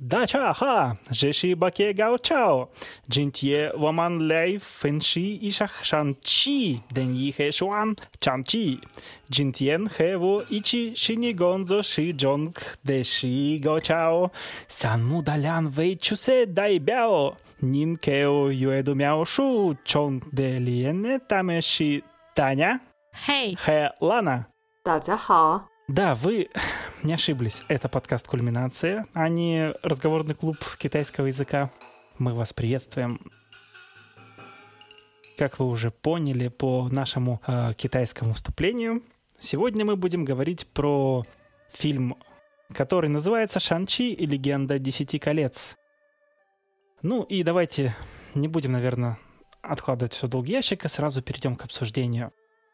Да ча ха, жеши баке гао чао, джинтье ваман ляй фэнши и шах шанчи, дэньи хэ шуан чанчи, джинтьен хэ во ичи шини гонзо ши джонг дэши гао чао, сан му далян вэй чусе дай бяо, нин кэо юэду мяо шу, чонг дэ лиэне тамэши Таня. Hey. Хэ Лана. 大家好. Да, вы не ошиблись. Это подкаст «Кульминация», а не разговорный клуб китайского языка. Мы вас приветствуем. Как вы уже поняли по нашему китайскому вступлению, сегодня мы будем говорить про фильм, который называется «Шан-Чи и легенда 10 колец». Ну и давайте не будем, наверное, откладывать все в долгий ящик, и сразу перейдем к обсуждению.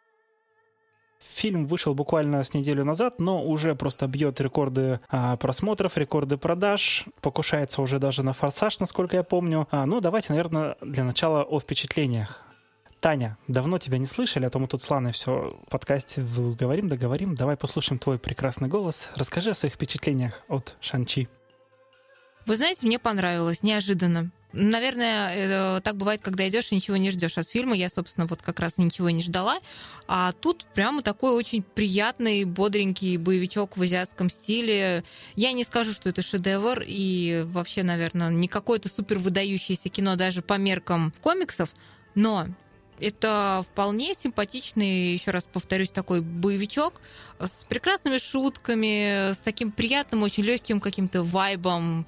Фильм вышел буквально с неделю назад, но уже просто бьет рекорды просмотров, рекорды продаж, покушается уже даже на «Форсаж», насколько я помню. Ну, давайте, наверное, для начала о впечатлениях. Таня, давно тебя не слышали, а то мы тут с Ланой все в подкасте говорим. Давай послушаем твой прекрасный голос. Расскажи о своих впечатлениях от «Шан-Чи». Вы знаете, мне понравилось, неожиданно. Наверное, так бывает, когда идешь и ничего не ждешь от фильма. Я, собственно, вот как раз ничего не ждала. А тут прямо такой очень приятный, бодренький боевичок в азиатском стиле. Я не скажу, что это шедевр, и вообще, наверное, не какое-то супер выдающееся кино даже по меркам комиксов, но это вполне симпатичный, еще раз повторюсь, такой боевичок с прекрасными шутками, с таким приятным, очень легким каким-то вайбом.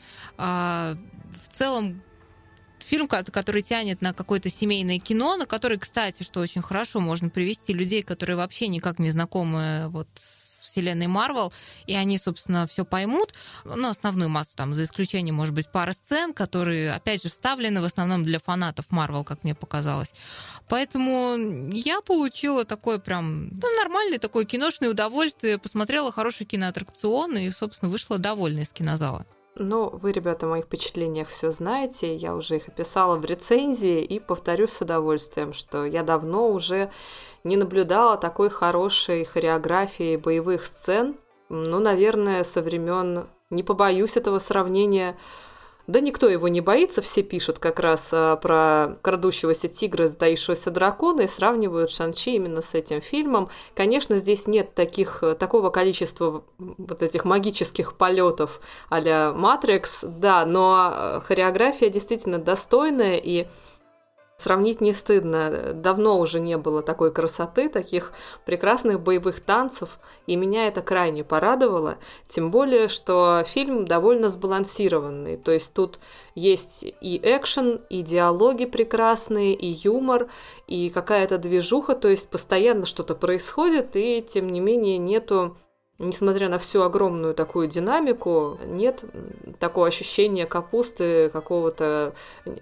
В целом, фильм, который тянет на какое-то семейное кино, на который, кстати, что очень хорошо, можно привести людей, которые вообще никак не знакомы вот с вселенной Марвел, и они, собственно, все поймут. Но основную массу, там, за исключением, может быть, пары сцен, которые, опять же, вставлены в основном для фанатов Марвел, как мне показалось. Поэтому я получила такое прям нормальное такое киношное удовольствие, посмотрела хороший киноаттракцион и, собственно, вышла довольна из кинозала. Ну, вы, ребята, о моих впечатлениях все знаете, я уже их описала в рецензии и повторюсь с удовольствием, что я давно уже не наблюдала такой хорошей хореографии боевых сцен, ну, наверное, со времен, не побоюсь этого сравнения, да никто его не боится, все пишут как раз про крадущегося тигра, затаившегося дракона и сравнивают Шан-Чи именно с этим фильмом. Конечно, здесь нет такого количества вот этих магических полетов а-ля Матрикс, да, но хореография действительно достойная и сравнить не стыдно. Давно уже не было такой красоты, таких прекрасных боевых танцев, и меня это крайне порадовало. Тем более, что фильм довольно сбалансированный. То есть тут есть и экшен, и диалоги прекрасные, и юмор, и какая-то движуха. То есть постоянно что-то происходит, и тем не менее нету... Несмотря на всю огромную такую динамику, нет такого ощущения капусты, какого-то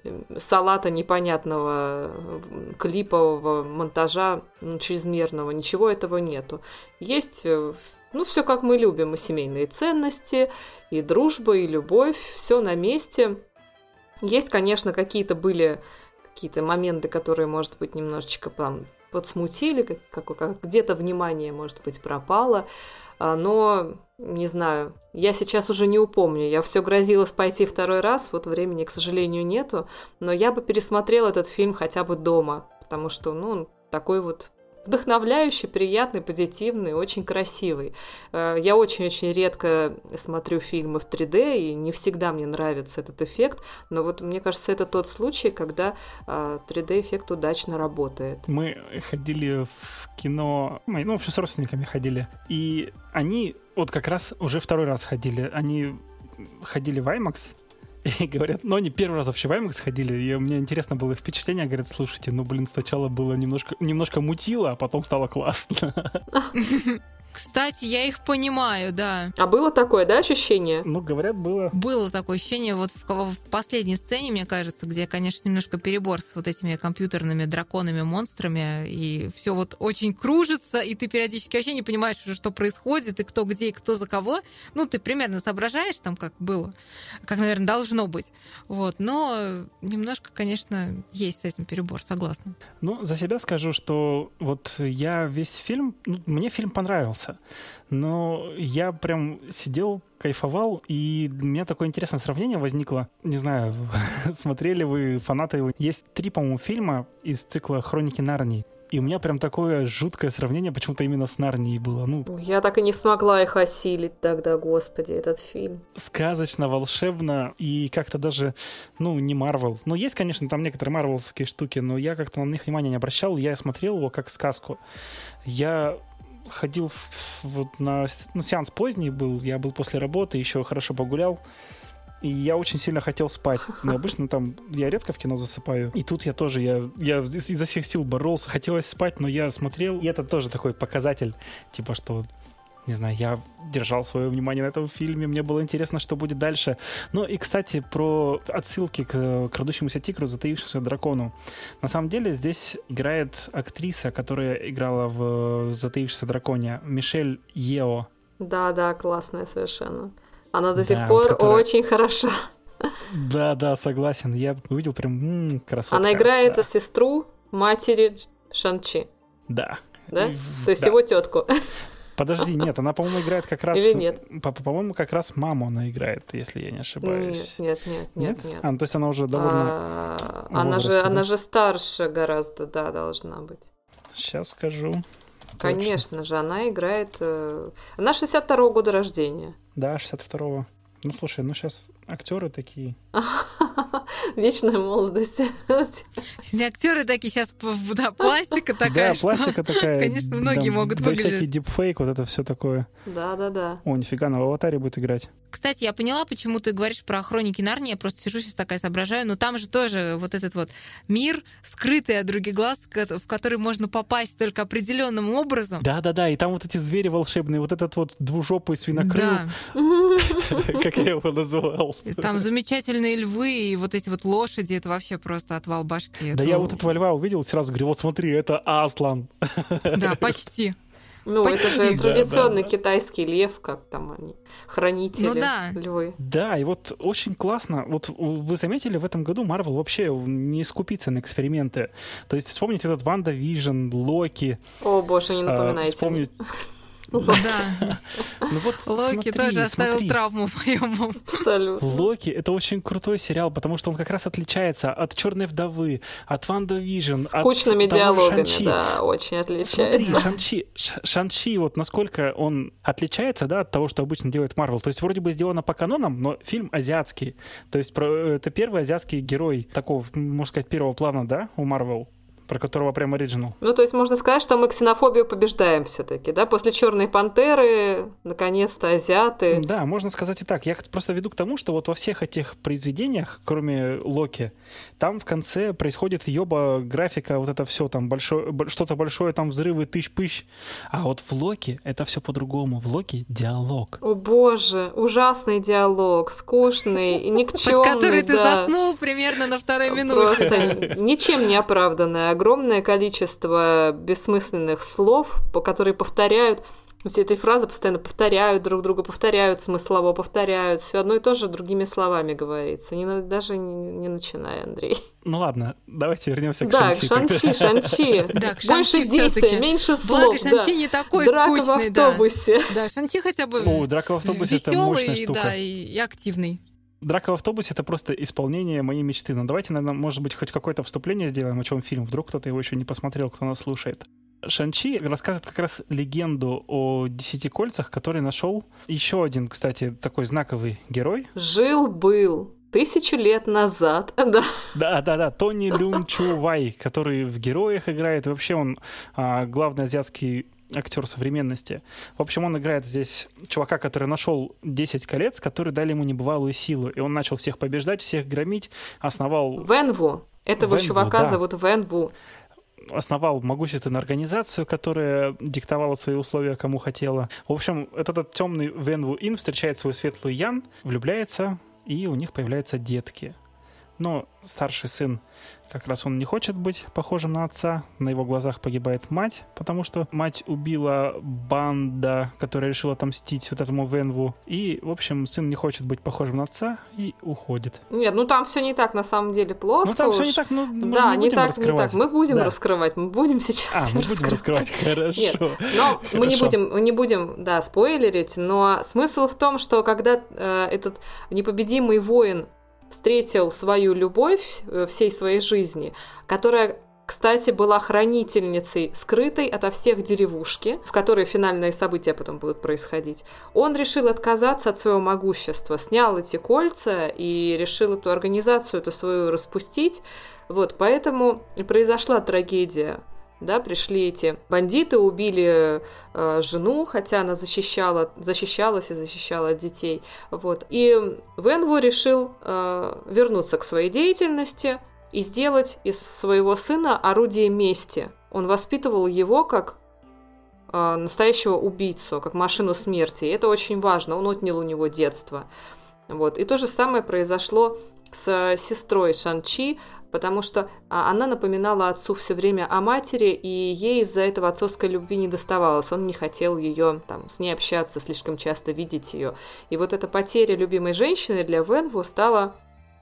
салата непонятного, клипового монтажа чрезмерного. Ничего этого нету. Есть, все как мы любим, и семейные ценности, и дружба, и любовь, все на месте. Есть, конечно, какие-то моменты, которые, может быть, немножечко подсмутили, как где-то внимание, может быть, пропало. Но, не знаю, я сейчас уже не упомню. Я все грозилась пойти второй раз, вот времени, к сожалению, нету. Но я бы пересмотрела этот фильм хотя бы дома, потому что, он такой вот вдохновляющий, приятный, позитивный, очень красивый. Я очень-очень редко смотрю фильмы в 3D, и не всегда мне нравится этот эффект, но вот мне кажется, это тот случай, когда 3D-эффект удачно работает. Мы ходили в кино, в общем, с родственниками ходили, и они вот как раз уже второй раз ходили. Они ходили в IMAX, и говорят, они первый раз вообще в IMAX ходили, и мне интересно было впечатление, говорят, слушайте, сначала было немножко мутило, а потом стало классно. Кстати, я их понимаю, да. А было такое, да, ощущение? Говорят, было. Было такое ощущение вот в последней сцене, мне кажется, где, конечно, немножко перебор с вот этими компьютерными драконами, монстрами, и все вот очень кружится, и ты периодически вообще не понимаешь уже, что происходит, и кто где, и кто за кого. Ты примерно соображаешь там, как было, как, наверное, должно быть. Вот. Но немножко, конечно, есть с этим перебор, согласна. За себя скажу, что вот я весь фильм, мне фильм понравился. понравился. Но я прям сидел, кайфовал, и у меня такое интересное сравнение возникло. Не знаю, смотрели вы, фанаты его. Есть 3, по-моему, фильма из цикла «Хроники Нарнии». И у меня прям такое жуткое сравнение почему-то именно с Нарнией было. Я так и не смогла их осилить тогда, господи, этот фильм. Сказочно, волшебно и как-то даже, не Марвел. Есть, конечно, там некоторые марвелские штуки, но я как-то на них внимания не обращал. Я смотрел его как сказку. Я ходил на сеанс поздний был, я был после работы, еще хорошо погулял. И я очень сильно хотел спать. Но обычно я редко в кино засыпаю. И тут я тоже, я изо всех сил боролся. Хотелось спать, но я смотрел. И это тоже такой показатель, типа, что, не знаю, я держал свое внимание на этом фильме. Мне было интересно, что будет дальше. И, кстати, про отсылки к «Крадущемуся тигру», «Затаившемуся дракону». На самом деле здесь играет актриса, которая играла в «Затаившемся драконе», Мишель Ео. Да, классная совершенно. Она до сих пор очень хороша. Да, согласен. Я увидел прям красотка. Она играет сестру матери Шан-Чи. Да. Да? То есть его тетку. Подожди, нет, она, по-моему, играет как раз... Или нет? По-моему, как раз маму она играет, если я не ошибаюсь. Нет. То есть она уже довольно... Она же старше гораздо, должна быть. Сейчас скажу. Конечно же, она играет... Она 62-го года рождения. Да, 62-го. Слушай, сейчас актеры такие. Вечная молодость. Актеры такие сейчас, пластика такая. Да, пластика такая. Конечно, многие могут выглядеть. Всякий дипфейк, вот это все такое. Да. О, нифига, на «Аватаре» будет играть. Кстати, я поняла, почему ты говоришь про «Хроники Нарнии». Я просто сижу сейчас такая, соображаю. Но там же тоже вот этот вот мир, скрытый от других глаз, в который можно попасть только определенным образом. Да. И там вот эти звери волшебные, вот этот вот двужопый свинокрыл. Да. Как я его называл. Там замечательные львы и вот эти вот лошади. Это вообще просто отвал башки. Да я вот этого льва увидел, сразу говорю, вот смотри, это Аслан. Да, почти. Это же традиционный китайский лев, как там они, хранители, львы. Да, и вот очень классно. Вот вы заметили, в этом году Marvel вообще не скупится на эксперименты. То есть вспомните этот Ванда Вижн, Локи. О, боже, не напоминайте. Вспомнить... Да. Локи тоже оставил травму моему. Абсолютно. Локи — это очень крутой сериал, потому что он как раз отличается от «Черной вдовы», от «Ванда Вижн», от скучными диалогами, Шан-Чи. Да, очень отличается. Смотри, Шан-Чи, вот насколько он отличается, от того, что обычно делает Marvel. То есть вроде бы сделано по канонам, но фильм азиатский. То есть это первый азиатский герой такого, можно сказать, первого плана, у Marvel, про которого прям оригинал. То есть можно сказать, что мы ксенофобию побеждаем все-таки, да? После «Черной пантеры» наконец-то азиаты. Да, можно сказать и так. Я просто веду к тому, что вот во всех этих произведениях, кроме Локи, там в конце происходит ёба, графика, вот это все там что-то большое, там взрывы, тыщ-пыщ. А вот в Локи это все по-другому. В Локи диалог. О боже, ужасный диалог, скучный и никчемный. Под который ты заснул примерно на 2-й минуте. Просто ничем не оправданный. Огромное количество бессмысленных слов, которые повторяют. Все эти фразы постоянно повторяют друг друга, повторяют смыслово, повторяют. Все одно и то же другими словами говорится. Даже не начинай, Андрей. Ладно, давайте вернемся к Шан-Чи. Шан-Чи. Да, больше действия, меньше слов. Благо, Шан-Чи не такой драка скучный. Драка в автобусе. Да, Шан-Чи хотя бы драка в автобусе — это мощная штука. Да, и активный. «Драка в автобусе» — это просто исполнение моей мечты. Но давайте, наверное, может быть, хоть какое-то вступление сделаем, о чем фильм. Вдруг кто-то его еще не посмотрел, кто нас слушает. Шан-Чи рассказывает как раз легенду о 10 кольцах, который нашел еще один, кстати, такой знаковый герой. Жил-был 1000 лет назад. Да. Тони Люн Чу Вай, который в «Героях» играет. И вообще он главный азиатский актер современности. В общем, он играет здесь чувака, который нашел 10 колец, которые дали ему небывалую силу. И он начал всех побеждать, всех громить, основал... Вэнву. Этого чувака зовут Вэнву. Основал могущественную организацию, которая диктовала свои условия, кому хотела. В общем, этот темный Вэнву Ин встречает свою светлую Ян, влюбляется, и у них появляются детки. но старший сын как раз он не хочет быть похожим на отца. На его глазах погибает мать, потому что мать убила банда, которая решила отомстить вот этому Венву. И, в общем, сын не хочет быть похожим на отца и уходит. Нет, ну там все не так на самом деле плоско. Ну там все не так, ну да, не так, раскрывать. Не так. Мы будем раскрывать, мы будем сейчас мы будем раскрывать, хорошо. Нет, но мы не будем, да, спойлерить, но смысл в том, что когда этот непобедимый воин встретил свою любовь всей своей жизни, которая, кстати, была хранительницей, скрытой ото всех деревушки, в которой финальные события потом будут происходить. Он решил отказаться от своего могущества, снял эти кольца и решил эту организацию эту свою распустить. Вот, поэтому и произошла трагедия. Да, пришли эти бандиты, убили жену, хотя она защищалась и защищала детей. Вот. И Венву решил вернуться к своей деятельности и сделать из своего сына орудие мести. Он воспитывал его как настоящего убийцу, как машину смерти. И это очень важно, он отнял у него детство. Вот. И то же самое произошло с сестрой Шан-Чи, потому что она напоминала отцу все время о матери, и ей из-за этого отцовской любви не доставалось. Он не хотел ее с ней общаться, слишком часто видеть ее. И вот эта потеря любимой женщины для Венву стала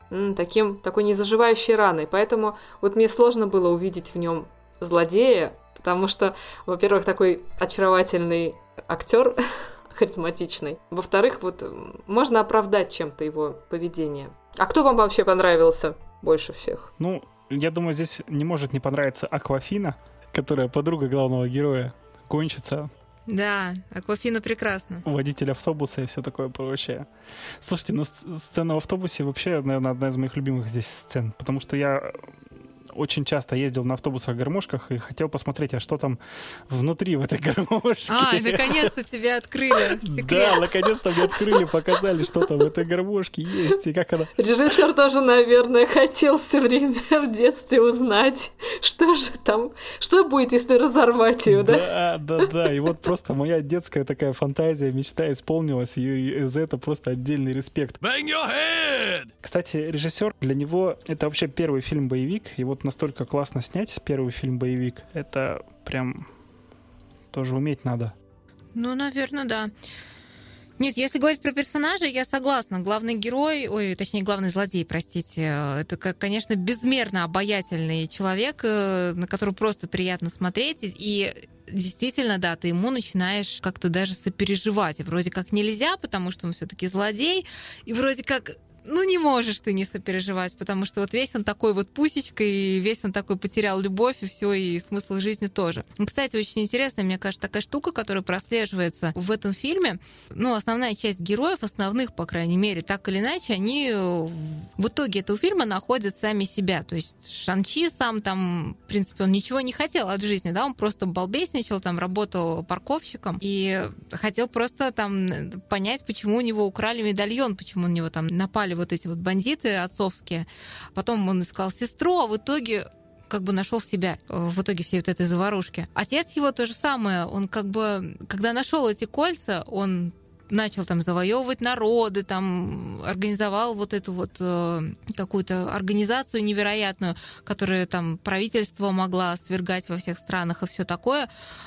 такой незаживающей раной. Поэтому вот мне сложно было увидеть в нем злодея, потому что, во-первых, такой очаровательный актер, харизматичный. Во-вторых, вот можно оправдать чем-то его поведение. А кто вам вообще понравился больше всех? Ну, я думаю, здесь не может не понравиться Аквафина, которая подруга главного героя, гонщица. Да, Аквафина прекрасна. Водитель автобуса и все такое прочее. Слушайте, ну сцена в автобусе вообще, наверное, одна из моих любимых здесь сцен, потому что я очень часто ездил на автобусах-гармошках и хотел посмотреть, а что там внутри в этой гармошке. Наконец-то тебя открыли секрет. Да, наконец-то мне открыли, показали, что там в этой гармошке есть и как она... Режиссер тоже, наверное, хотел все время в детстве узнать, что же там, что будет, если разорвать ее, да? Да, и вот просто моя детская такая фантазия, мечта исполнилась, и за это просто отдельный респект. Bang your head! Кстати, режиссер, для него это вообще первый фильм-боевик, и вот настолько классно снять первый фильм-боевик, это прям тоже уметь надо. Ну, наверное, да. Нет, если говорить про персонажей, я согласна. Главный герой, главный злодей, простите, это, конечно, безмерно обаятельный человек, на которого просто приятно смотреть, и действительно, да, ты ему начинаешь как-то даже сопереживать. И вроде как нельзя, потому что он все-таки злодей, и вроде как не можешь ты не сопереживать, потому что вот весь он такой вот пусечка, и весь он такой потерял любовь, и все, и смысл жизни тоже. Кстати, очень интересная, мне кажется, такая штука, которая прослеживается в этом фильме. Основная часть героев, основных, по крайней мере, так или иначе, они в итоге этого фильма находят сами себя. То есть Шан-Чи сам там, в принципе, он ничего не хотел от жизни, да, он просто балбесничал, там, работал парковщиком, и хотел просто там понять, почему у него украли медальон, почему на него там напали вот эти вот бандиты отцовские. Потом он искал сестру, а в итоге как бы нашел себя в итоге всей вот этой заварушки. Отец его то же самое. Он как бы, когда нашел эти кольца, он начал там завоевывать народы, там организовал вот эту вот какую-то организацию невероятную, которая там правительство могла свергать во всех странах и все такое.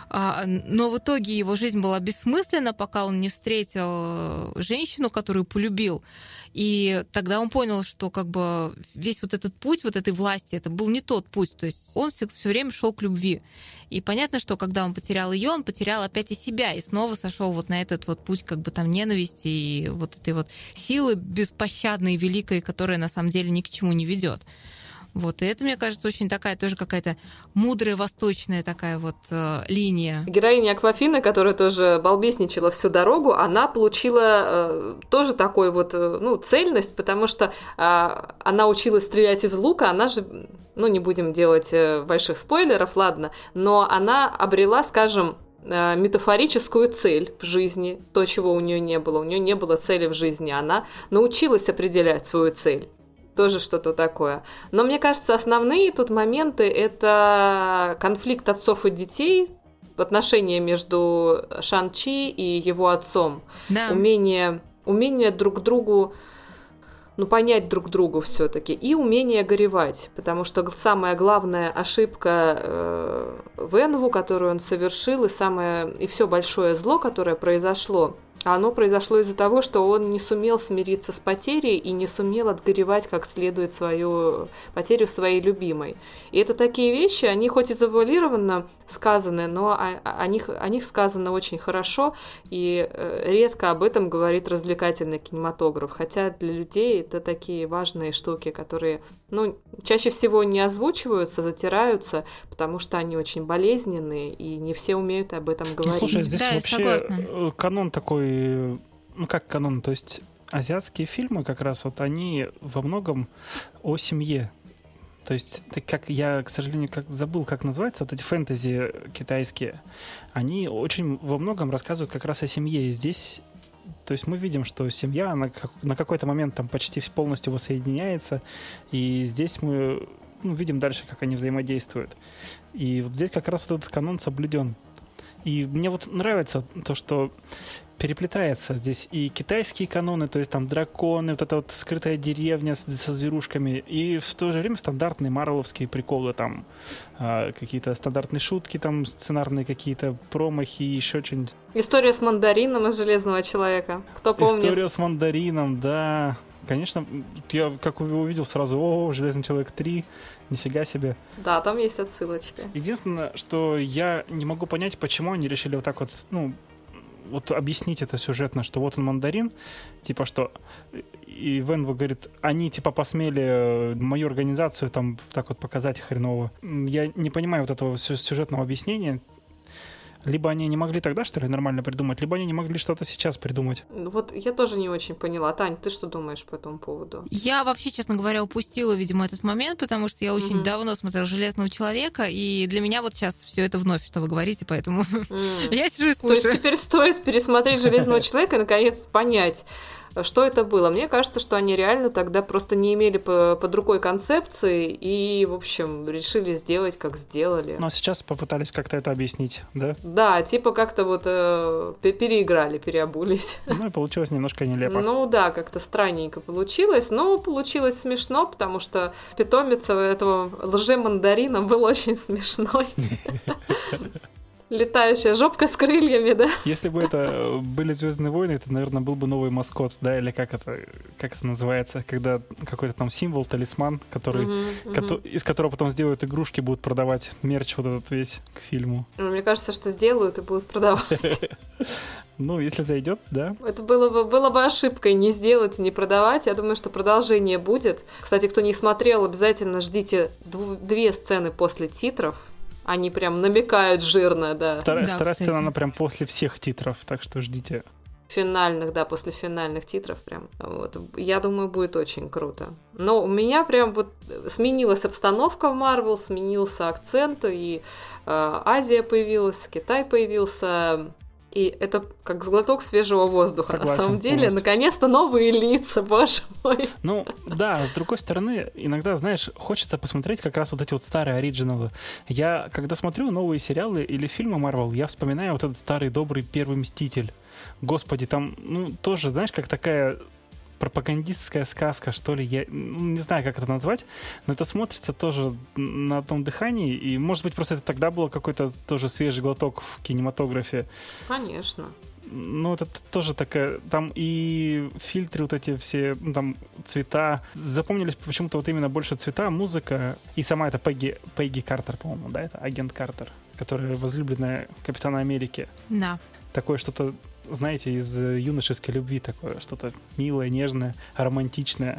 Но в итоге его жизнь была бессмысленна, пока он не встретил женщину, которую полюбил. И тогда он понял, что как бы весь вот этот путь вот этой власти, это был не тот путь. То есть он все время шел к любви. И понятно, что когда он потерял ее, он потерял опять и себя, и снова сошел вот на этот вот путь как бы там ненависти и вот этой вот силы беспощадной, великой, которая на самом деле ни к чему не ведет. Вот, и это, мне кажется, очень такая тоже какая-то мудрая, восточная такая вот линия. Героиня Аквафина, которая тоже балбесничала всю дорогу, она получила тоже такой вот, цельность, потому что она училась стрелять из лука, она же, не будем делать больших спойлеров, ладно, но она обрела, скажем, метафорическую цель в жизни, то, чего у нее не было. У нее не было цели в жизни, она научилась определять свою цель. Тоже что-то такое. Но мне кажется, основные тут моменты — это конфликт отцов и детей, отношения между Шан-Чи и его отцом. Да. Умение друг другу понять друг другу все-таки, и умение горевать, потому что самая главная ошибка Венву, которую он совершил, и все большое зло, которое произошло, оно произошло из-за того, что он не сумел смириться с потерей и не сумел отгоревать как следует свою потерю своей любимой. И это такие вещи, они хоть и завуалированно сказаны, но о них сказано очень хорошо, и редко об этом говорит развлекательный кинематограф. Хотя для людей это такие важные штуки, которые, чаще всего не озвучиваются, затираются, потому что они очень болезненные, и не все умеют об этом говорить. Слушай, здесь да, вообще канон такой, как канон, то есть азиатские фильмы как раз они во многом о семье. То есть, я, к сожалению, забыл, как называется, эти фэнтези китайские, они очень во многом рассказывают как раз о семье. И здесь, то есть мы видим, что семья, она на какой-то момент там почти полностью воссоединяется, и здесь мы видим дальше, как они взаимодействуют. И вот здесь как раз этот канон соблюден. И мне нравится то, что переплетается здесь и китайские каноны, то есть там драконы, вот эта вот скрытая деревня со зверушками, и в то же время стандартные марвеловские приколы, там какие-то стандартные шутки, там сценарные какие-то промахи, еще что-нибудь. История с мандарином из «Железного человека». Кто помнит? История с мандарином, да. Конечно, я как увидел сразу, «Железный человек 3», нифига себе. Да, там есть отсылочки. Единственное, что я не могу понять, почему они решили вот так вот объяснить это сюжетно, что вот он мандарин, типа что, и Венву говорит, они типа посмели мою организацию там так вот показать хреново. Я не понимаю вот этого сюжетного объяснения. Либо они не могли тогда, что ли, нормально придумать, либо они не могли что-то сейчас придумать. Вот я тоже не очень поняла. Тань, ты что думаешь по этому поводу? Я вообще, честно говоря, упустила, видимо, этот момент, потому что я очень давно смотрела «Железного человека», и для меня вот сейчас все это вновь, что вы говорите, поэтому я сижу и слушаю. То есть теперь стоит пересмотреть «Железного человека» и, наконец, понять, что это было. Мне кажется, что они реально тогда просто не имели под рукой концепции и, в общем, решили сделать, как сделали. Но сейчас попытались как-то это объяснить, да? Да, типа как-то вот переиграли, переобулись. Ну и получилось немножко нелепо. Ну да, как-то странненько получилось, но получилось смешно, потому что питомец этого лже-мандарина был очень смешной. Летающая жопка с крыльями, да? Если бы это были «Звездные войны», это, наверное, был бы новый маскот, да, или как это называется, когда какой-то там символ, талисман, из которого потом сделают игрушки, будут продавать мерч вот этот весь к фильму. Мне кажется, что сделают и будут продавать. Ну, если зайдет, да. Это было бы ошибкой не сделать и не продавать. Я думаю, что продолжение будет. Кстати, кто не смотрел, обязательно ждите 2 сцены после титров. Они прям намекают жирно, да. Вторая сцена, она прям после всех титров, так что ждите. После финальных титров прям. Вот. Я думаю, будет очень круто. Но у меня прям вот сменилась обстановка в Марвел, сменился акцент, и Азия появилась, Китай появился. И это как глоток свежего воздуха. Согласен, на самом деле, полностью. Наконец-то новые лица, боже мой. Ну, да, с другой стороны, иногда, знаешь, хочется посмотреть как раз вот эти вот старые оригиналы. Я, когда смотрю новые сериалы или фильмы Marvel, я вспоминаю вот этот старый добрый «Первый Мститель». Господи, там, тоже, знаешь, как такая пропагандистская сказка, что ли, я не знаю, как это назвать, но это смотрится тоже на одном дыхании, и, может быть, просто это тогда было какой-то тоже свежий глоток в кинематографе. Конечно. Ну, это тоже такая... Там и фильтры вот эти все, там, цвета. Запомнились почему-то вот именно больше цвета, музыка. И сама эта Пегги Картер, по-моему, да, это агент Картер, которая возлюбленная Капитана Америки. Да. Такое что-то, знаете, из юношеской любви такое, что-то милое, нежное, романтичное.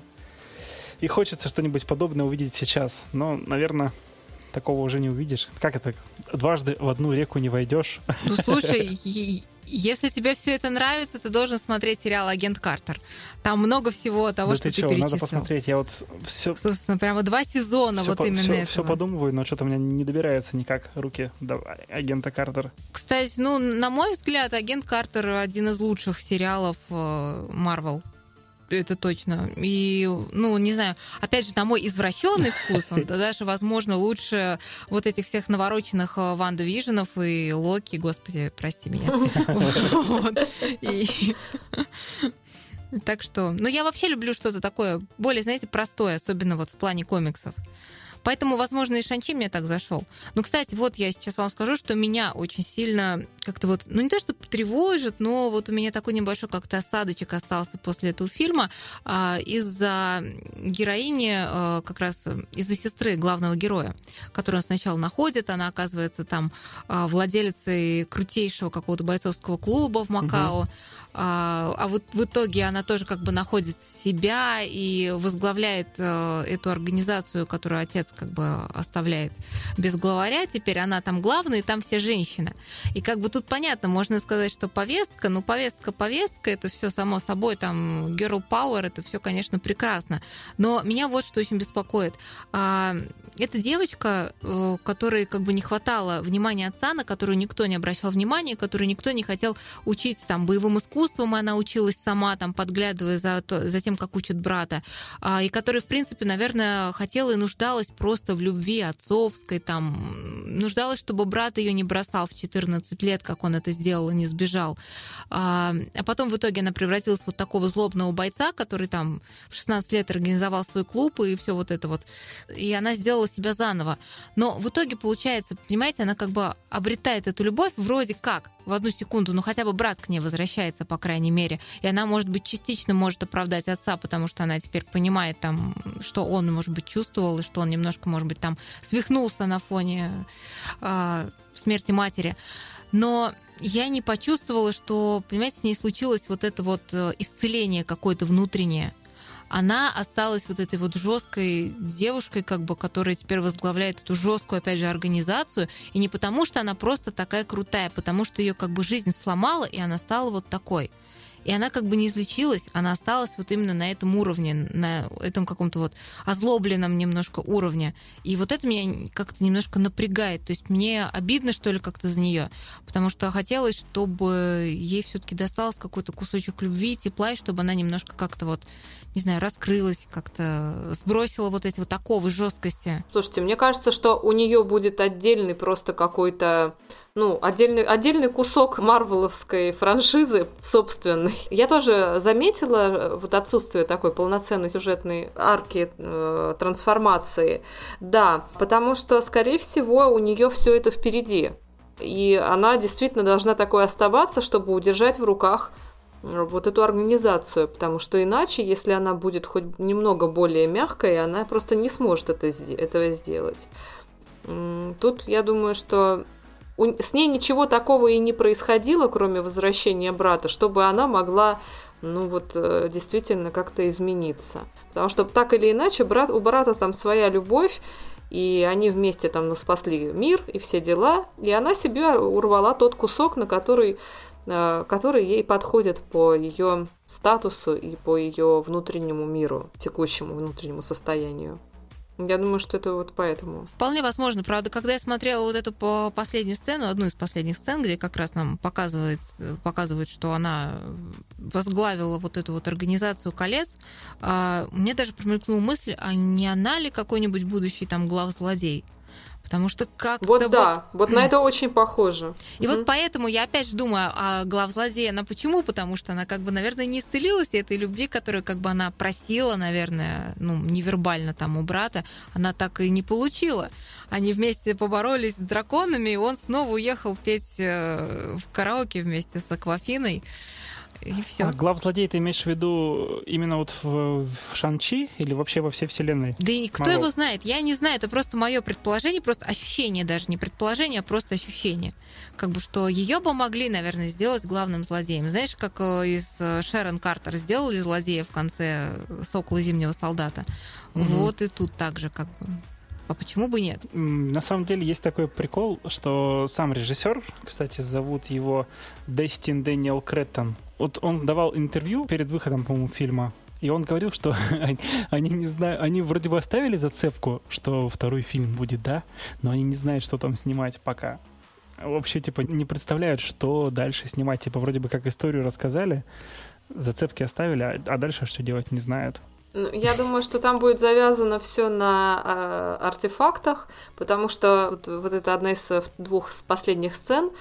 И хочется что-нибудь подобное увидеть сейчас. Но, наверное, такого уже не увидишь. Как это? Дважды в одну реку не войдешь. Ну, слушай, если тебе все это нравится, ты должен смотреть сериал «Агент Картер». Там много всего того, да что ты перечислил. Надо посмотреть. Я вот все... Собственно, прямо 2 сезона вот именно этого. Все подумываю, но что-то у меня не добираются никак руки до агента Картер. Кстати, на мой взгляд, «Агент Картер» один из лучших сериалов Marvel. Это точно. И, не знаю, опять же, на мой извращенный вкус, он даже, возможно, лучше вот этих всех навороченных Ванда Виженов и Локи, господи, прости меня. Так что, я вообще люблю что-то такое более, знаете, простое, особенно вот в плане комиксов. Поэтому, возможно, и Шан-Чи мне так зашел. Но, кстати, вот я сейчас вам скажу, что меня очень сильно как-то вот, не то, что тревожит, но вот у меня такой небольшой как-то осадочек остался после этого фильма из-за героини, как раз из-за сестры главного героя, которую он сначала находит. Она оказывается там владелицей крутейшего какого-то бойцовского клуба в Макао. А вот в итоге она тоже как бы находит себя и возглавляет эту организацию, которую отец как бы оставляет без главаря. Теперь она там главная, и там все женщины. И как бы тут понятно, можно сказать, что повестка, повестка, это все само собой, там girl power, это все, конечно, прекрасно. Но меня вот что очень беспокоит. Эта девочка, которой как бы не хватало внимания отца, на которую никто не обращал внимания, которую никто не хотел учить там боевым искусством, и она училась сама, там, подглядывая за тем, как учат брата, и которая, в принципе, наверное, хотела и нуждалась просто в любви отцовской, там, нуждалась, чтобы брат ее не бросал в 14 лет, как он это сделал и не сбежал. А потом в итоге она превратилась в вот такого злобного бойца, который там в 16 лет организовал свой клуб и все вот это вот. И она сделала себя заново. Но в итоге получается, понимаете, она как бы обретает эту любовь вроде как в одну секунду, хотя бы брат к ней возвращается, по крайней мере, и она, может быть, частично может оправдать отца, потому что она теперь понимает, там, что он, может быть, чувствовал, и что он немножко, может быть, там свихнулся на фоне смерти матери. Но я не почувствовала, что, понимаете, с ней случилось вот это вот исцеление какое-то внутреннее. Она осталась вот этой вот жесткой девушкой, как бы, которая теперь возглавляет эту жесткую, опять же, организацию. И не потому, что она просто такая крутая, потому что ее как бы жизнь сломала, и она стала вот такой. И она как бы не излечилась, она осталась вот именно на этом уровне, на этом каком-то вот озлобленном немножко уровне. И вот это меня как-то немножко напрягает. То есть мне обидно, что ли, как-то за нее, потому что хотелось, чтобы ей все-таки досталось какой-то кусочек любви, тепла, и чтобы она немножко как-то вот, не знаю, раскрылась, как-то сбросила вот эти вот оковы жесткости. Слушайте, мне кажется, что у нее будет отдельный просто какой-то отдельный кусок марвеловской франшизы собственной. Я тоже заметила вот отсутствие такой полноценной сюжетной арки трансформации. Да, потому что, скорее всего, у нее все это впереди. И она действительно должна такой оставаться, чтобы удержать в руках вот эту организацию, потому что иначе, если она будет хоть немного более мягкой, она просто не сможет этого сделать. Тут, я думаю, что с ней ничего такого и не происходило, кроме возвращения брата, чтобы она могла, действительно как-то измениться. Потому что так или иначе у брата там своя любовь, и они вместе там спасли мир и все дела, и она себе урвала тот кусок, который ей подходит по ее статусу и по ее внутреннему миру, текущему внутреннему состоянию. Я думаю, что это вот поэтому. Вполне возможно. Правда, когда я смотрела вот эту последнюю сцену, одну из последних сцен, где как раз нам показывают, что она возглавила вот эту вот организацию колец, мне даже промелькнула мысль, а не она ли какой-нибудь будущий там главзлодей? Потому что как-то вот на это очень похоже. И вот поэтому я опять же думаю, а главзлодея она почему? Потому что она как бы, наверное, не исцелилась этой любви, которую как бы она просила, наверное, невербально там у брата, она так и не получила. Они вместе поборолись с драконами, и он снова уехал петь в караоке вместе с Аквафиной. И все. А главзлодей ты имеешь в виду именно вот в Шан-Чи или вообще во всей вселенной? Да и кто его знает? Я не знаю, это просто мое предположение, просто ощущение даже, не предположение, а просто ощущение. Как бы, что ее бы могли, наверное, сделать главным злодеем. Знаешь, как из Шерон Картер сделали злодея в конце «Сокола зимнего солдата». Вот и тут так же как бы. А почему бы нет? На самом деле есть такой прикол, что сам режиссер, кстати, зовут его Дестин Дэниел Креттон. Вот он давал интервью перед выходом, по-моему, фильма, и он говорил, что они не знают, они вроде бы оставили зацепку, что второй фильм будет, да, но они не знают, что там снимать пока. Вообще, не представляют, что дальше снимать. Вроде бы как историю рассказали, зацепки оставили, а дальше что делать не знают. Я думаю, что там будет завязано все на артефактах, потому что вот это одна из двух последних сцен.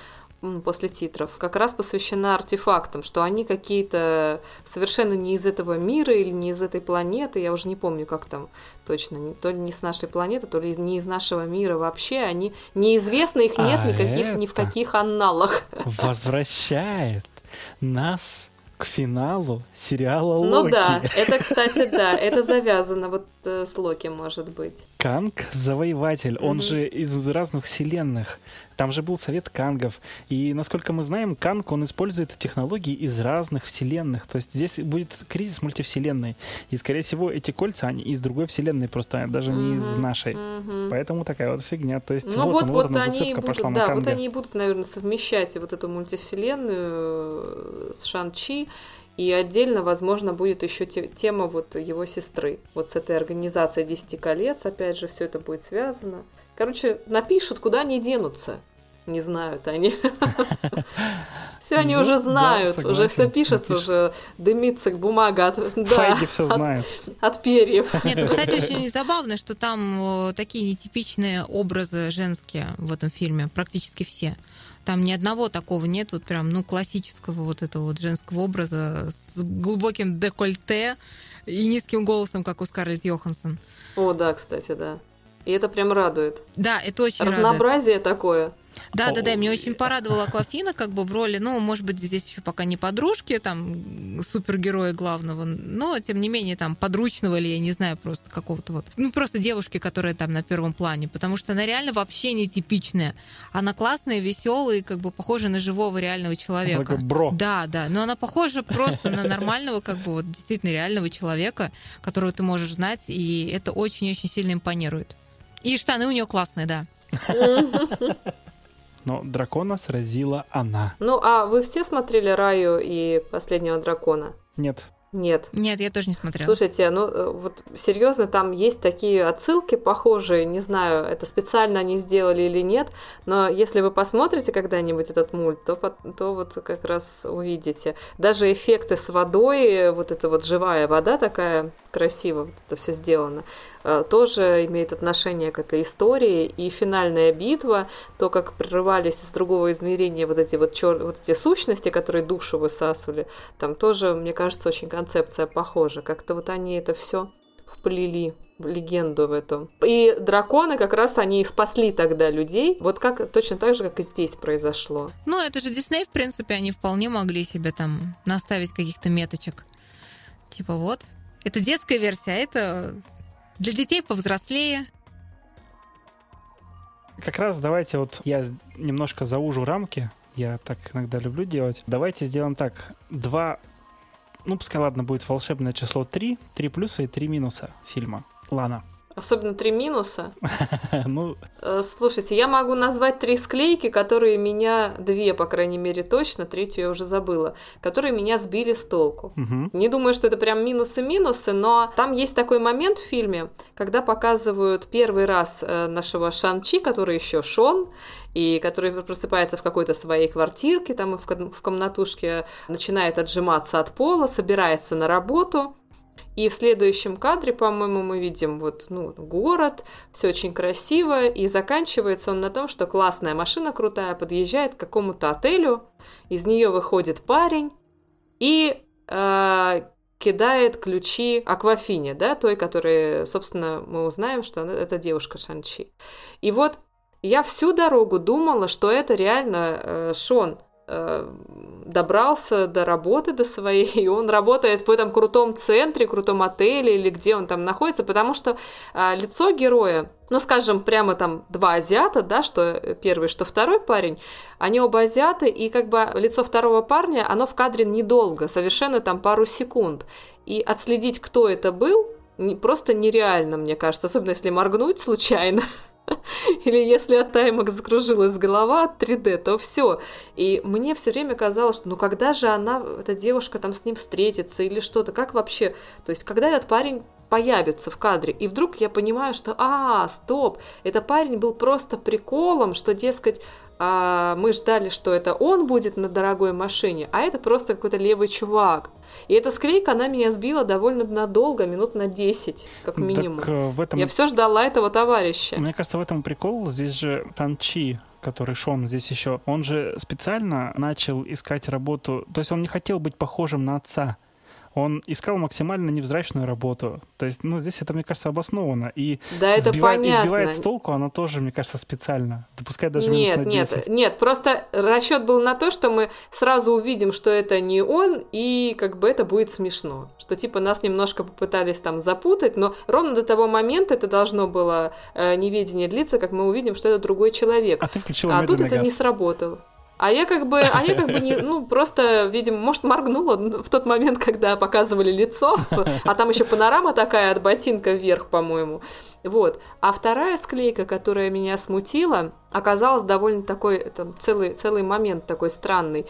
после титров, как раз посвящена артефактам, что они какие-то совершенно не из этого мира или не из этой планеты, я уже не помню, как там точно, то ли не с нашей планеты, то ли не из нашего мира вообще, они неизвестны, их нет никаких, ни в каких анналах. Возвращает нас к финалу сериала Локи. Ну да, это, кстати, да, это завязано вот с Локи, может быть. Канг — завоеватель, он же из разных вселенных. Там же был совет кангов. И, насколько мы знаем, Канг, он использует технологии из разных вселенных. То есть здесь будет кризис мультивселенной. И, скорее всего, эти кольца, они из другой вселенной просто, даже не из нашей. Поэтому такая вот фигня. То есть ну вот она зацепка будут, пошла на да, Канга. вот они и будут, наверное, совмещать вот эту мультивселенную с Шан-Чи. И отдельно, возможно, будет еще тема вот его сестры. Вот с этой организацией 10 колец, опять же, все это будет связано. Короче, напишут, куда они денутся. Не знают они. Все они уже знают, уже все пишется, уже дымится бумага от Файги все знают. От перьев. Нет, ну, кстати, очень забавно, что там такие нетипичные образы женские в этом фильме, практически все. Там ни одного такого нет, вот прям, ну, классического вот этого вот женского образа с глубоким декольте и низким голосом, как у Скарлетт Йоханссон. О, да, кстати, да. И это прям радует. Да, это очень радует. Разнообразие такое. Да, меня очень порадовала Аквафина как бы в роли, ну, может быть, здесь еще пока не подружки, там, супергероя главного, но, тем не менее, там, подручного или, я не знаю, просто какого-то вот, ну, просто девушки, которая там на первом плане, потому что она реально вообще нетипичная. Она классная, веселая, как бы похожа на живого реального человека. Такой бро. Да, но она похожа просто на нормального, как бы, вот, действительно реального человека, которого ты можешь знать, и это очень-очень сильно импонирует. И штаны у нее классные, да. Но дракона сразила она. Ну, а вы все смотрели «Раю» и «Последнего дракона»? Нет. Нет, я тоже не смотрела. Слушайте, ну вот серьезно, там есть такие отсылки похожие, не знаю, это специально они сделали или нет, но если вы посмотрите когда-нибудь этот мульт, то вот как раз увидите. Даже эффекты с водой, вот эта вот живая вода такая красиво, вот это все сделано, тоже имеет отношение к этой истории, и финальная битва, то, как прорывались из другого измерения вот эти вот эти сущности, которые душу высасывали, там тоже, мне кажется, очень концепция похожа. Как-то вот они это все вплели в легенду в эту. И драконы как раз они и спасли тогда людей, вот как точно так же, как и здесь произошло. Ну, это же Дисней, в принципе, они вполне могли себе там наставить каких-то меточек. Типа вот, это детская версия, а это для детей повзрослее. Как раз давайте вот я немножко заужу рамки, я так иногда люблю делать. Давайте сделаем так, пускай, ладно, будет волшебное число 3 плюса и 3 минуса фильма. Лана. Особенно 3 минуса. Ну, слушайте, я могу назвать 3 склейки, которые меня, 2, по крайней мере, точно, 3 я уже забыла, которые меня сбили с толку. Не думаю, что это прям минусы-минусы, но там есть такой момент в фильме, когда показывают первый раз нашего Шан-Чи, который еще Шон, и который просыпается в какой-то своей квартирке, там в комнатушке начинает отжиматься от пола, собирается на работу. И в следующем кадре, по-моему, мы видим город, все очень красиво, и заканчивается он на том, что классная машина крутая подъезжает к какому-то отелю, из нее выходит парень и кидает ключи Аквафине, да, той, которая, собственно, мы узнаем, что это девушка Шан-Чи. И вот я всю дорогу думала, что это реально Шон добрался до работы до своей, и он работает в этом крутом центре, крутом отеле или где он там находится, потому что лицо героя, скажем, прямо там 2 азиата, да, что первый, что второй парень, они оба азиаты, и как бы лицо второго парня, оно в кадре недолго, совершенно там пару секунд, и отследить, кто это был, просто нереально, мне кажется, особенно если моргнуть случайно. Или если от таймок закружилась голова от 3D, то все. И мне все время казалось, что когда же эта девушка там с ним встретится или что-то, как вообще, то есть когда этот парень появится в кадре, и вдруг я понимаю, что стоп, этот парень был просто приколом, что, дескать, мы ждали, что это он будет на дорогой машине, а это просто какой-то левый чувак. И эта склейка, она меня сбила довольно надолго, минут на 10, как минимум. Так, Я все ждала этого товарища. Мне кажется, в этом прикол. Здесь же Шан-Чи который Шон здесь еще, он же специально начал искать работу, то есть он не хотел быть похожим на отца. Он искал максимально невзрачную работу. То есть, здесь это, мне кажется, обоснованно. И да, это избивает с толку, оно тоже, мне кажется, специально. Допускай даже минут на 10. Нет, просто расчет был на то, что мы сразу увидим, что это не он, и как бы это будет смешно. Что типа нас немножко попытались там запутать, но ровно до того момента это должно было неведение длиться, как мы увидим, что это другой человек. А ты включила медленный газ. А тут это не сработало. А я как бы не, просто, видимо, может, моргнула в тот момент, когда показывали лицо, а там еще панорама такая от ботинка вверх, по-моему. Вот. А вторая склейка, которая меня смутила, оказалась довольно такой, целый момент такой странный.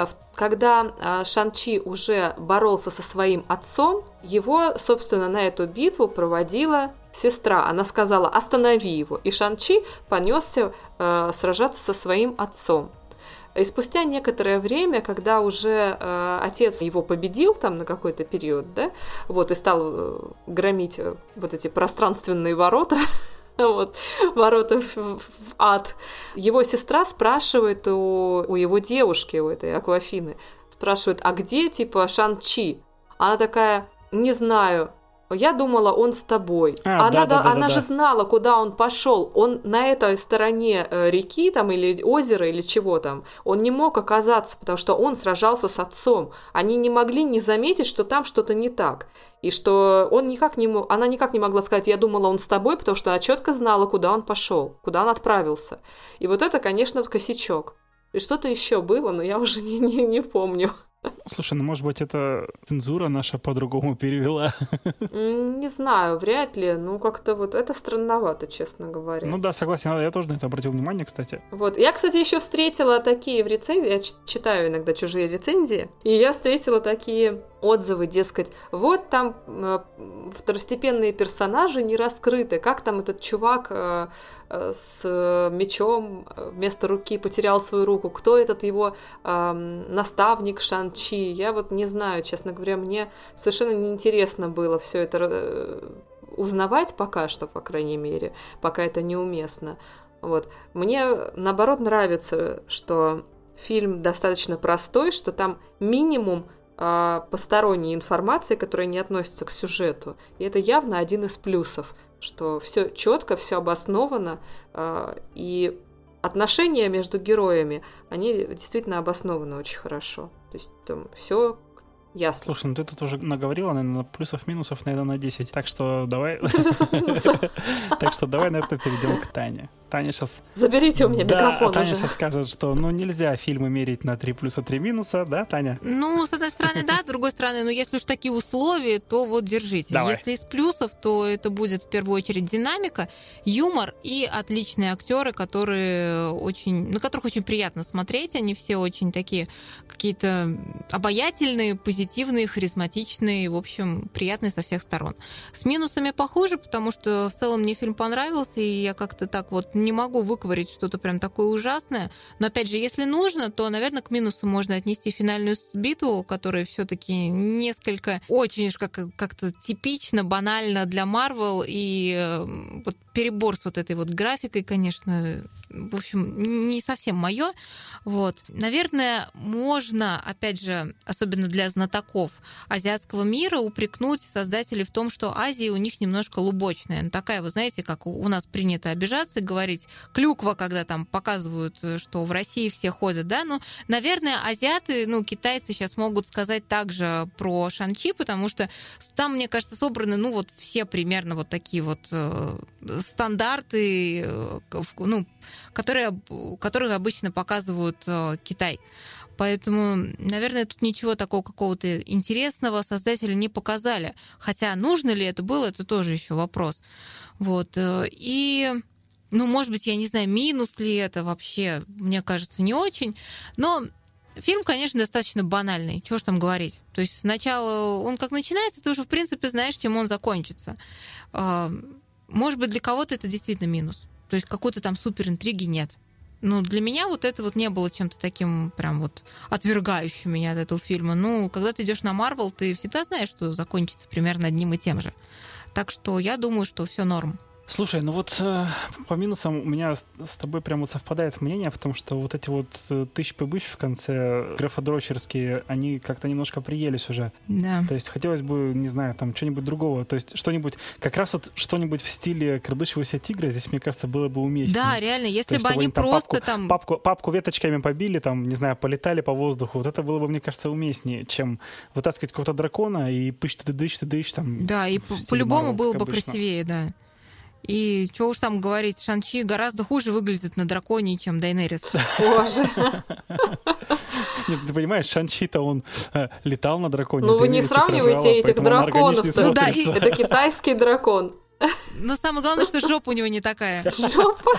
Когда Шан-Чи уже боролся со своим отцом, его, собственно, на эту битву проводила сестра. Она сказала: «Останови его». И Шан-Чи понесся сражаться со своим отцом. И спустя некоторое время, когда уже отец его победил там на какой-то период, да, вот, и стал громить вот эти пространственные ворота, вот, ворота в ад, его сестра спрашивает у его девушки, у этой Аквафины, спрашивает: «А где, типа, Шан-Чи?» Она такая: «Не знаю. Я думала, он с тобой». Она же знала, куда он пошел. Он на этой стороне реки там, или озера, или чего там. Он не мог оказаться, потому что он сражался с отцом. Они не могли не заметить, что там что-то не так. И что она никак не могла сказать: «Я думала, он с тобой», потому что она четко знала, куда он пошел, куда он отправился. И вот это, конечно, косячок. И что-то еще было, но я уже не помню. Слушай, может быть, это цензура наша по-другому перевела? Не знаю, вряд ли. Как-то вот это странновато, честно говоря. Да, согласен. Я тоже на это обратил внимание, кстати. Вот. Я, кстати, еще встретила такие в рецензии. Я читаю иногда чужие рецензии. И я встретила такие отзывы, дескать, вот там второстепенные персонажи не раскрыты. Как там этот чувак с мечом вместо руки потерял свою руку? Кто этот его наставник Шан-Чи? Я вот не знаю, честно говоря, мне совершенно неинтересно было все это узнавать пока что, по крайней мере, пока это неуместно. Вот. Мне, наоборот, нравится, что фильм достаточно простой, что там минимум посторонней информации, которая не относится к сюжету. И это явно один из плюсов, что все четко, все обосновано, и отношения между героями, они действительно обоснованы очень хорошо. То есть там все ясно. Слушай, ты тут уже наговорила, наверное, плюсов-минусов, наверное, на 10. Так что давай... Так что давай, наверное, перейдем к Тане. Таня сейчас... Заберите у меня микрофон Таня уже. сейчас скажет, что нельзя фильмы мерить на 3 плюса, 3 минуса, да, Таня? С одной стороны, да, с другой стороны, если уж такие условия, то вот держите. Давай. Если из плюсов, то это будет в первую очередь динамика, юмор и отличные актеры, на которых очень приятно смотреть. Они все очень такие какие-то обаятельные, позитивные, харизматичные, в общем, приятные со всех сторон. С минусами похуже, потому что в целом мне фильм понравился, и я как-то так вот не могу выковырять что-то прям такое ужасное. Но, опять же, если нужно, то, наверное, к минусу можно отнести финальную битву, которая все-таки несколько очень уж как-то типично, банально для Marvel, и вот перебор с вот этой вот графикой, конечно, в общем, не совсем мое. Вот. Наверное, можно, опять же, особенно для знатоков азиатского мира, упрекнуть создателей в том, что Азия у них немножко лубочная. Такая, вы знаете, как у нас принято обижаться и говорить клюква, когда там показывают, что в России все ходят, да? Наверное, азиаты, китайцы сейчас могут сказать также про Шан-Чи, потому что там, мне кажется, собраны, все примерно вот такие вот стандарты, которые обычно показывают Китай. Поэтому, наверное, тут ничего такого какого-то интересного создатели не показали. Хотя нужно ли это было, это тоже еще вопрос. Вот. И, может быть, я не знаю, минус ли это вообще, мне кажется, не очень. Но фильм, конечно, достаточно банальный. Чего ж там говорить? То есть сначала он как начинается, ты уже, в принципе, знаешь, чем он закончится. Может быть, для кого-то это действительно минус. То есть какой-то там супер интриги нет. Но для меня вот это вот не было чем-то таким прям вот отвергающим меня от этого фильма. Когда ты идешь на Marvel, ты всегда знаешь, что закончится примерно одним и тем же. Так что я думаю, что все норм. Слушай, ну вот по минусам у меня с тобой прям вот совпадает мнение в том, что вот эти вот тысяч-побыщ в конце графодрочерские, они как-то немножко приелись уже. Да. То есть хотелось бы, не знаю, там что-нибудь другого. То есть что-нибудь, как раз вот что-нибудь в стиле «Крадущегося тигра» здесь, мне кажется, было бы уместнее. Да, реально, если бы они просто там... Папку веточками побили, там, не знаю, полетали по воздуху, вот это было бы, мне кажется, уместнее, чем вытаскивать какого-то дракона и пыщ-ты-дыщ там. Да, и по-любому было бы обычно. красивее, да. И что уж там говорить, Шан-Чи гораздо хуже выглядит на драконе, чем Дайнерис. Боже. Нет, ты понимаешь, Шан-Чи-то он летал на драконе. Ну вы не сравниваете этих драконов. Да, это китайский дракон. Но самое главное, что жопа у него не такая. Жопа?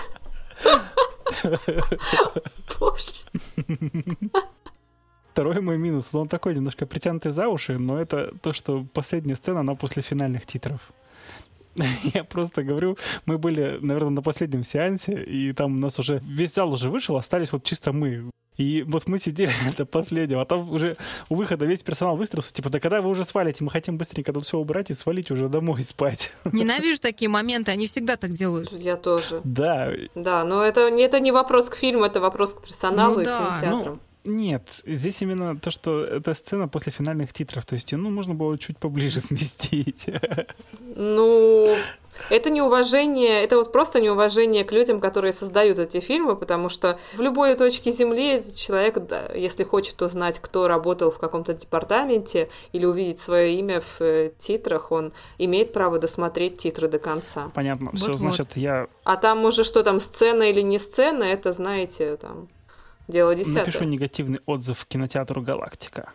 Боже. Второй мой минус, он такой немножко притянутый за уши, но это то, что последняя сцена, она после финальных титров. Я просто говорю, мы были, наверное, на последнем сеансе, и там у нас уже весь зал уже вышел, остались вот чисто мы. И вот мы сидели до последнего, а там уже у выхода весь персонал выстроился, типа, да когда вы уже свалите, мы хотим быстренько тут все убрать и свалить уже домой спать. Ненавижу такие моменты, они всегда так делают. Я тоже. Да. Да, но это не вопрос к фильму, это вопрос к персоналу и к кинотеатрам. Нет, здесь именно то, что эта сцена после финальных титров, то есть, можно было чуть поближе сместить. Ну, это неуважение, это вот просто неуважение к людям, которые создают эти фильмы, потому что в любой точке Земли человек, если хочет узнать, кто работал в каком-то департаменте или увидеть свое имя в титрах, он имеет право досмотреть титры до конца. Понятно, все, значит, я... А там уже что там, сцена или не сцена, это, знаете, там... Дело десятое. Напишу негативный отзыв кинотеатру «Галактика».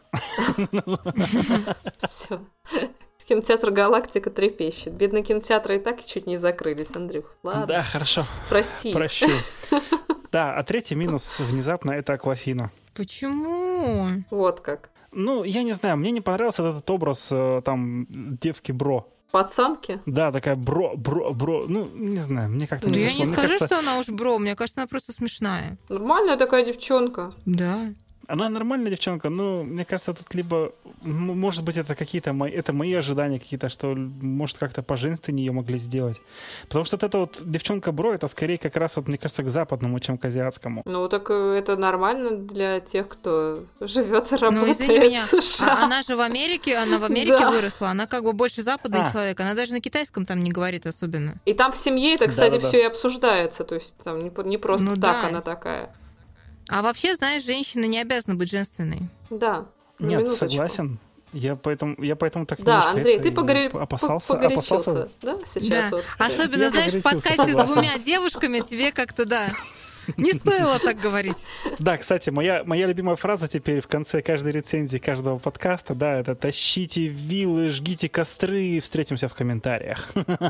Все. Кинотеатр «Галактика» трепещет. Бедные кинотеатры и так чуть не закрылись, Андрюх. Ладно. Да, хорошо. Прости. Прощу. Да, а третий минус внезапно — это Аквафина. Почему? Вот как. Ну, я не знаю, мне не понравился этот образ там девки-бро. Пацанки? Да, такая бро. Ну, не знаю, мне как-то не зашло. зашло. Я не скажу, что она уж бро, мне кажется, она просто смешная. Нормальная такая девчонка. Да. Она нормальная девчонка, но мне кажется, тут либо, может быть, это какие-то мои ожидания какие-то, что, может, как-то поженственнее ее могли сделать. Потому что вот эта вот девчонка-бро, это скорее как раз, вот, мне кажется, к западному, чем к азиатскому. Ну, так это нормально для тех, кто живет и работает извини меня, в США. Она же в Америке, выросла, она как бы больше западный человек, она даже на китайском там не говорит особенно. И там в семье это, кстати, все и обсуждается, то есть там не просто так она такая. А вообще, знаешь, женщина не обязана быть женственной. Да. Нет, согласен. Я поэтому так да, Андрей, ты опасался. Да, сейчас да. вот. Особенно, знаешь, в подкасте с двумя девушками тебе как-то, да, не стоило так говорить. Да, кстати, моя любимая фраза теперь в конце каждой рецензии, каждого подкаста, да, это «Тащите виллы, жгите костры, встретимся в комментариях».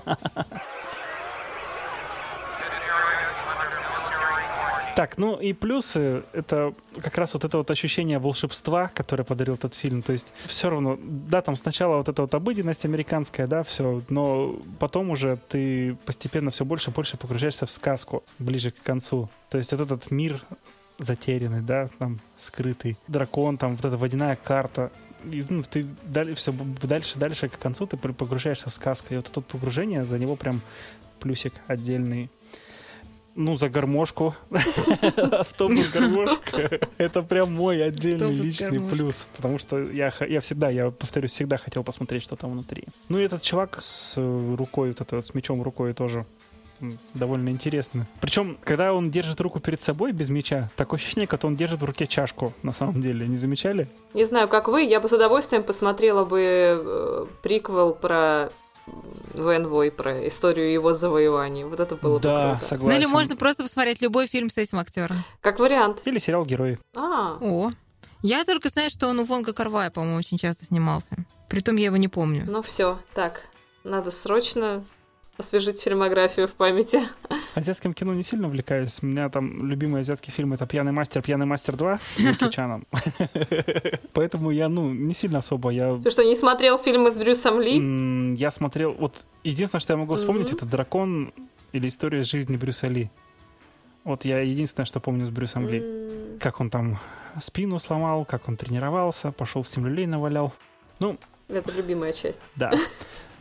Так, ну и плюсы — это как раз вот это вот ощущение волшебства, которое подарил этот фильм. То есть все равно, да, там сначала вот эта вот обыденность американская, да, все, но потом уже ты постепенно все больше и больше погружаешься в сказку ближе к концу. То есть вот этот мир затерянный, да, там скрытый, дракон, там вот эта водяная карта. И, ты все дальше к концу ты погружаешься в сказку. И вот это погружение, за него прям плюсик отдельный. Ну, за гармошку. Автобус-гармошка. Это прям мой отдельный личный плюс. Потому что я повторюсь, всегда хотел посмотреть, что там внутри. Ну, и этот чувак с рукой, с мечом рукой тоже довольно интересно. Причем, когда он держит руку перед собой без меча, такое ощущение, как он держит в руке чашку, на самом деле. Не замечали? Не знаю, как вы, я бы с удовольствием посмотрела бы приквел про Вэн Вой, про историю его завоеваний. Вот это было бы круто. Согласен. Ну или можно просто посмотреть любой фильм с этим актером. Как вариант. Или сериал «Герои». О, я только знаю, что он у Вонга Кар-вая, по-моему, очень часто снимался. Притом я его не помню. Ну все, так, надо срочно освежить фильмографию в памяти. Азиатским кино не сильно увлекаюсь. У меня там любимый азиатский фильм — это «Пьяный мастер 2» с Джеки Чаном. Поэтому я, не сильно особо. Ты что, не смотрел фильмы с Брюсом Ли? Я смотрел... Вот единственное, что я могу вспомнить, это «Дракон» или «История жизни Брюса Ли». Вот я единственное, что помню с Брюсом Ли. Как он там спину сломал, как он тренировался, пошел в 7 люлей навалял. Это любимая часть. Да.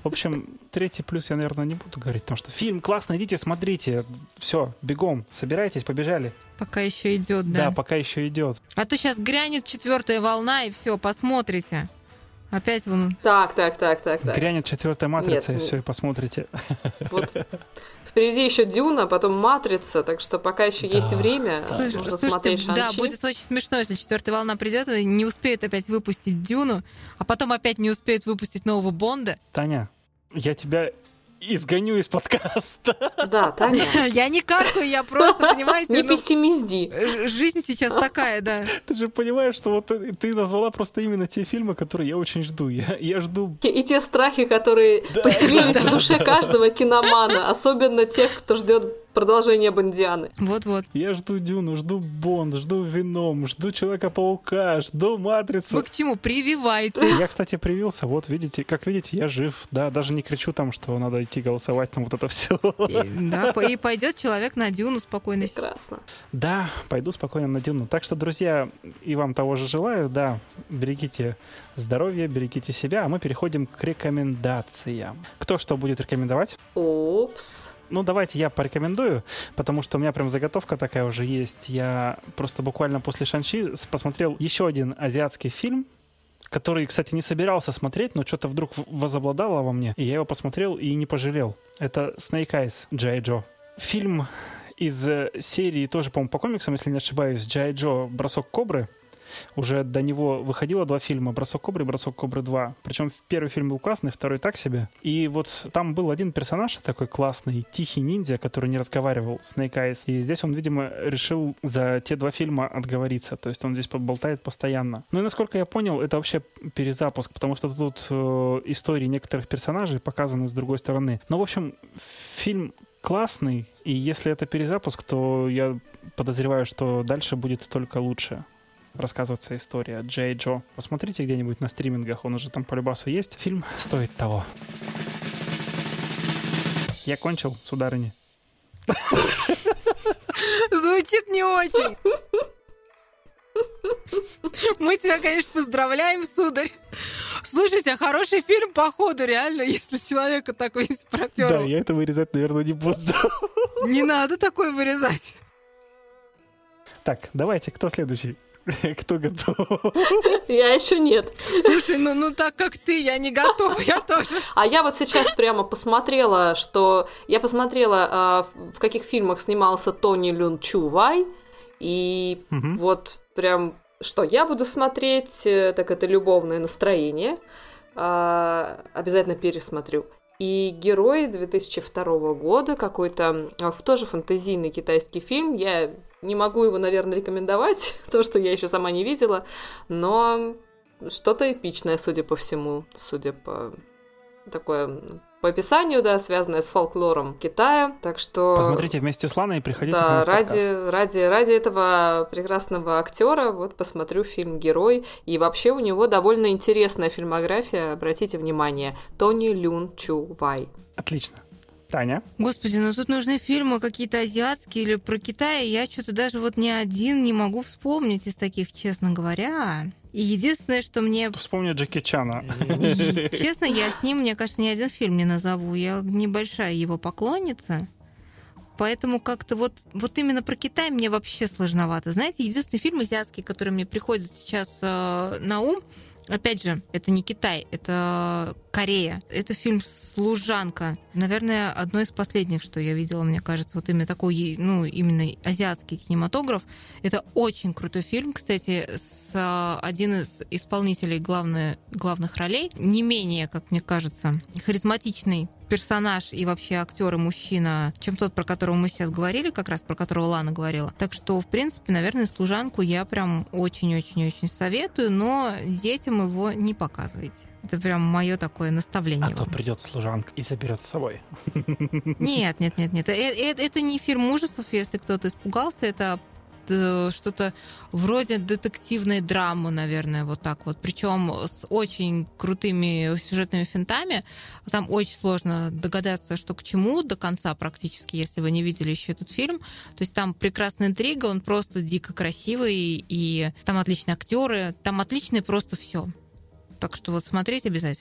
В общем, 3 плюс я, наверное, не буду говорить, потому что фильм классный, идите, смотрите. Все, бегом, собирайтесь, побежали. Пока еще идет, да? Да, пока еще идет. А то сейчас грянет 4-я волна, и все, посмотрите. Опять вон... Так. Грянет 4-я матрица, Нет, и все, и посмотрите. Вот. Впереди еще Дюна, потом Матрица, так что пока еще есть время, можно смотреть Шан-Чи. Да, будет очень смешно, если 4-я волна придет и не успеют опять выпустить Дюну, а потом опять не успеют выпустить нового Бонда. Таня, я тебя изгоню из подкаста. Да, Таня. Я не каркаю, я просто, понимаете... Не пессимизди. Жизнь сейчас такая, да. Ты же понимаешь, что вот ты назвала просто именно те фильмы, которые я очень жду. Я жду... И те страхи, которые поселились в душе каждого киномана, особенно тех, кто ждет продолжение Бондианы. Вот-вот. Я жду Дюну, жду Бонд, жду Веном, жду Человека-паука, жду Матрицу. Вы к чему? Прививайте. Я, кстати, привился. Вот, видите, как видите, я жив. Да, даже не кричу там, что надо идти голосовать, там вот это все. Да, и пойдет человек на Дюну спокойно. Прекрасно. Да, пойду спокойно на Дюну. Так что, друзья, и вам того же желаю. Да, берегите здоровье, берегите себя, а мы переходим к рекомендациям. Кто что будет рекомендовать? Опс. Ну, давайте я порекомендую, потому что у меня прям заготовка такая уже есть. Я просто буквально после Шан-Чи посмотрел еще один азиатский фильм, который, кстати, не собирался смотреть, но что-то вдруг возобладало во мне, и я его посмотрел и не пожалел. Это Snake Eyes, Джай Джо. Фильм из серии тоже, по-моему, по комиксам, если не ошибаюсь, Джай Джо «Бросок кобры». Уже до него выходило 2 фильма «Бросок кобры» и «Бросок кобры 2». Причем первый фильм был классный, второй так себе. И вот там был один персонаж такой классный, тихий ниндзя, который не разговаривал, Snake Eyes. И здесь он, видимо, решил за те 2 фильма отговориться. То есть он здесь болтает постоянно. Ну и насколько я понял, это вообще перезапуск, потому что тут истории некоторых персонажей показаны с другой стороны. Но, в общем, фильм классный, и если это перезапуск, то я подозреваю, что дальше будет только лучше рассказываться история Джей Джо. Посмотрите где-нибудь на стримингах, он уже там по любасу есть. Фильм стоит того. Я кончил, сударыня. Звучит не очень. Мы тебя, конечно, поздравляем, сударь. Слушайте, а хороший фильм, походу, реально, если человека так весь пропёр. Да, я это вырезать, наверное, не буду. Не надо такое вырезать. Так, давайте, кто следующий? Кто готов? Я еще нет. Слушай, ну так как ты, я не готова, я тоже. А я вот сейчас прямо посмотрела, в каких фильмах снимался Тони Люн Чу Вай, и вот прям, что я буду смотреть, так это «Любовное настроение», обязательно пересмотрю. И «Герой» 2002 года, какой-то тоже фэнтезийный китайский фильм. Я не могу его, наверное, рекомендовать, потому что я еще сама не видела, но что-то эпичное, судя по всему, судя по по описанию, да, связанное с фольклором Китая, так что... Посмотрите вместе с Ланой и приходите да, к нам в подкаст. ради этого прекрасного актера вот посмотрю фильм «Герой», и вообще у него довольно интересная фильмография, обратите внимание, Тони Люн Чу Вай. Отлично. Таня? Господи, ну тут нужны фильмы какие-то азиатские или про Китай. Я что-то даже вот ни один не могу вспомнить из таких, честно говоря. И единственное, что мне... Вспомни Джеки Чана. Честно, я с ним, мне кажется, ни один фильм не назову. Я небольшая его поклонница. Поэтому как-то вот именно про Китай мне вообще сложновато. Знаете, единственный фильм азиатский, который мне приходит сейчас на ум, опять же, это не Китай, это Корея. Это фильм «Служанка». Наверное, одно из последних, что я видела, мне кажется, вот именно такой, ну, именно азиатский кинематограф. Это очень крутой фильм, кстати, с один из исполнителей главных ролей, не менее, как мне кажется, харизматичный персонаж и вообще актер и мужчина, чем тот, про которого мы сейчас говорили, как раз про которого Лана говорила. Так что, в принципе, наверное, «Служанку» я прям очень-очень-очень советую, но детям его не показывайте. Это прям мое такое наставление. А то придет служанка и заберет с собой. Нет. Это не фильм ужасов, если кто-то испугался. Это что-то вроде детективной драмы, наверное, вот так вот. Причем с очень крутыми сюжетными финтами. Там очень сложно догадаться, что к чему до конца практически, если вы не видели еще этот фильм. То есть там прекрасная интрига, он просто дико красивый, и там отличные актеры, там отличное просто все. Так что вот смотреть обязательно.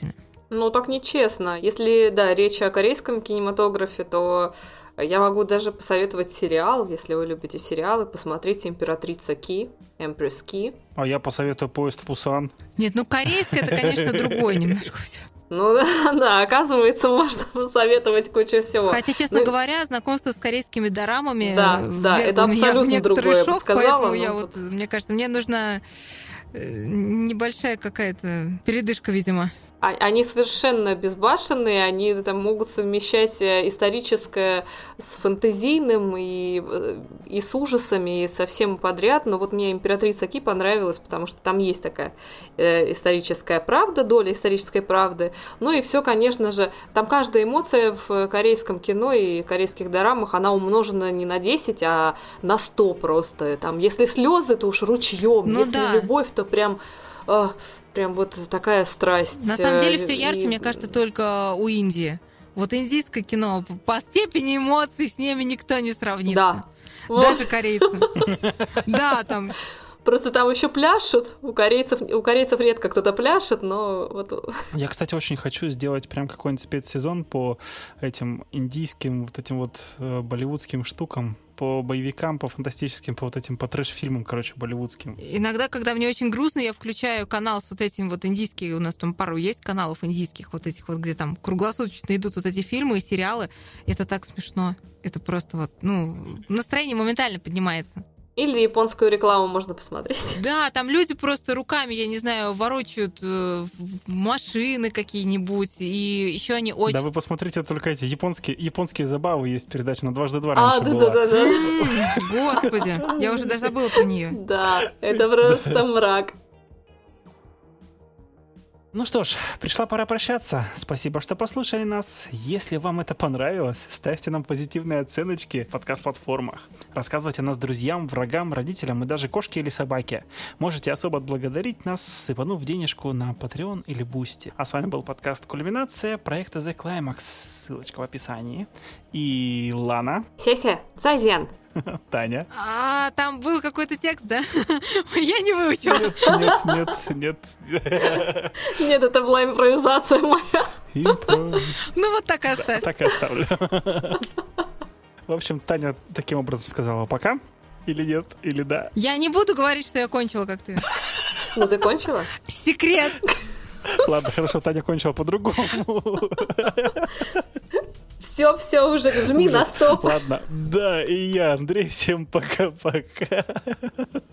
Ну, так нечестно. Если, да, речь о корейском кинематографе, то я могу даже посоветовать сериал, если вы любите сериалы, посмотрите «Императрица Ки», Empress Ки. А я посоветую «Поезд в Пусан». Нет, ну корейское это, конечно, другое немножко все. Ну да, оказывается, можно посоветовать кучу всего. Хотя, честно говоря, знакомство с корейскими дорамами да, это абсолютно другое, я бы сказала. Поэтому я мне кажется, мне нужна небольшая какая-то передышка, видимо. Они совершенно безбашенные, они там могут совмещать историческое с фэнтезийным и с ужасами, и со всем подряд. Но вот мне «Императрица Ки» понравилась, потому что там есть такая историческая правда, доля исторической правды. Ну и все, конечно же, там каждая эмоция в корейском кино и корейских дорамах, она умножена не на 10, а на 100 просто. Там, если слезы, то уж ручьем, ну, если да. любовь, то прям вот такая страсть. На самом деле все ярче, мне кажется, только у Индии. Вот индийское кино по степени эмоций с ними никто не сравнится. Да. Даже корейцы. Да, там. Просто там еще пляшут. У корейцев редко кто-то пляшет, но вот. Я, кстати, очень хочу сделать прям какой-нибудь спецсезон по этим индийским, вот этим вот болливудским штукам, по боевикам, по фантастическим, по вот этим, по трэш-фильмам, короче, болливудским. Иногда, когда мне очень грустно, я включаю канал с вот этим вот индийским, у нас там пару есть каналов индийских, вот этих вот, где там круглосуточно идут вот эти фильмы и сериалы. Это так смешно. Это просто вот, настроение моментально поднимается. Или японскую рекламу можно посмотреть. Да, там люди просто руками, я не знаю, ворочают машины какие-нибудь, и еще они очень... Да вы посмотрите только эти японские забавы, есть передача на 2x2 раньше была. Да. Господи, я уже даже забыла про нее. Да, это просто мрак. Ну что ж, пришла пора прощаться. Спасибо, что послушали нас. Если вам это понравилось, ставьте нам позитивные оценочки в подкаст-платформах. Рассказывайте о нас друзьям, врагам, родителям и даже кошке или собаке. Можете особо отблагодарить нас, сыпанув денежку на Patreon или Boosty. А с вами был подкаст «Кульминация» проекта The Climax. Ссылочка в описании. И Лана. Сеся, зайден. Таня. А там был какой-то текст, да? Я не выучила. Нет. Нет, это была импровизация моя. Ну вот так и оставь. Так и оставлю. В общем, Таня таким образом сказала пока. Или нет, или да. Я не буду говорить, что я кончила, как ты. Ну ты кончила? Секрет. Ладно, хорошо, Таня кончила по-другому. Все, уже жми на стоп. Ладно, да, и я, Андрей, всем пока-пока.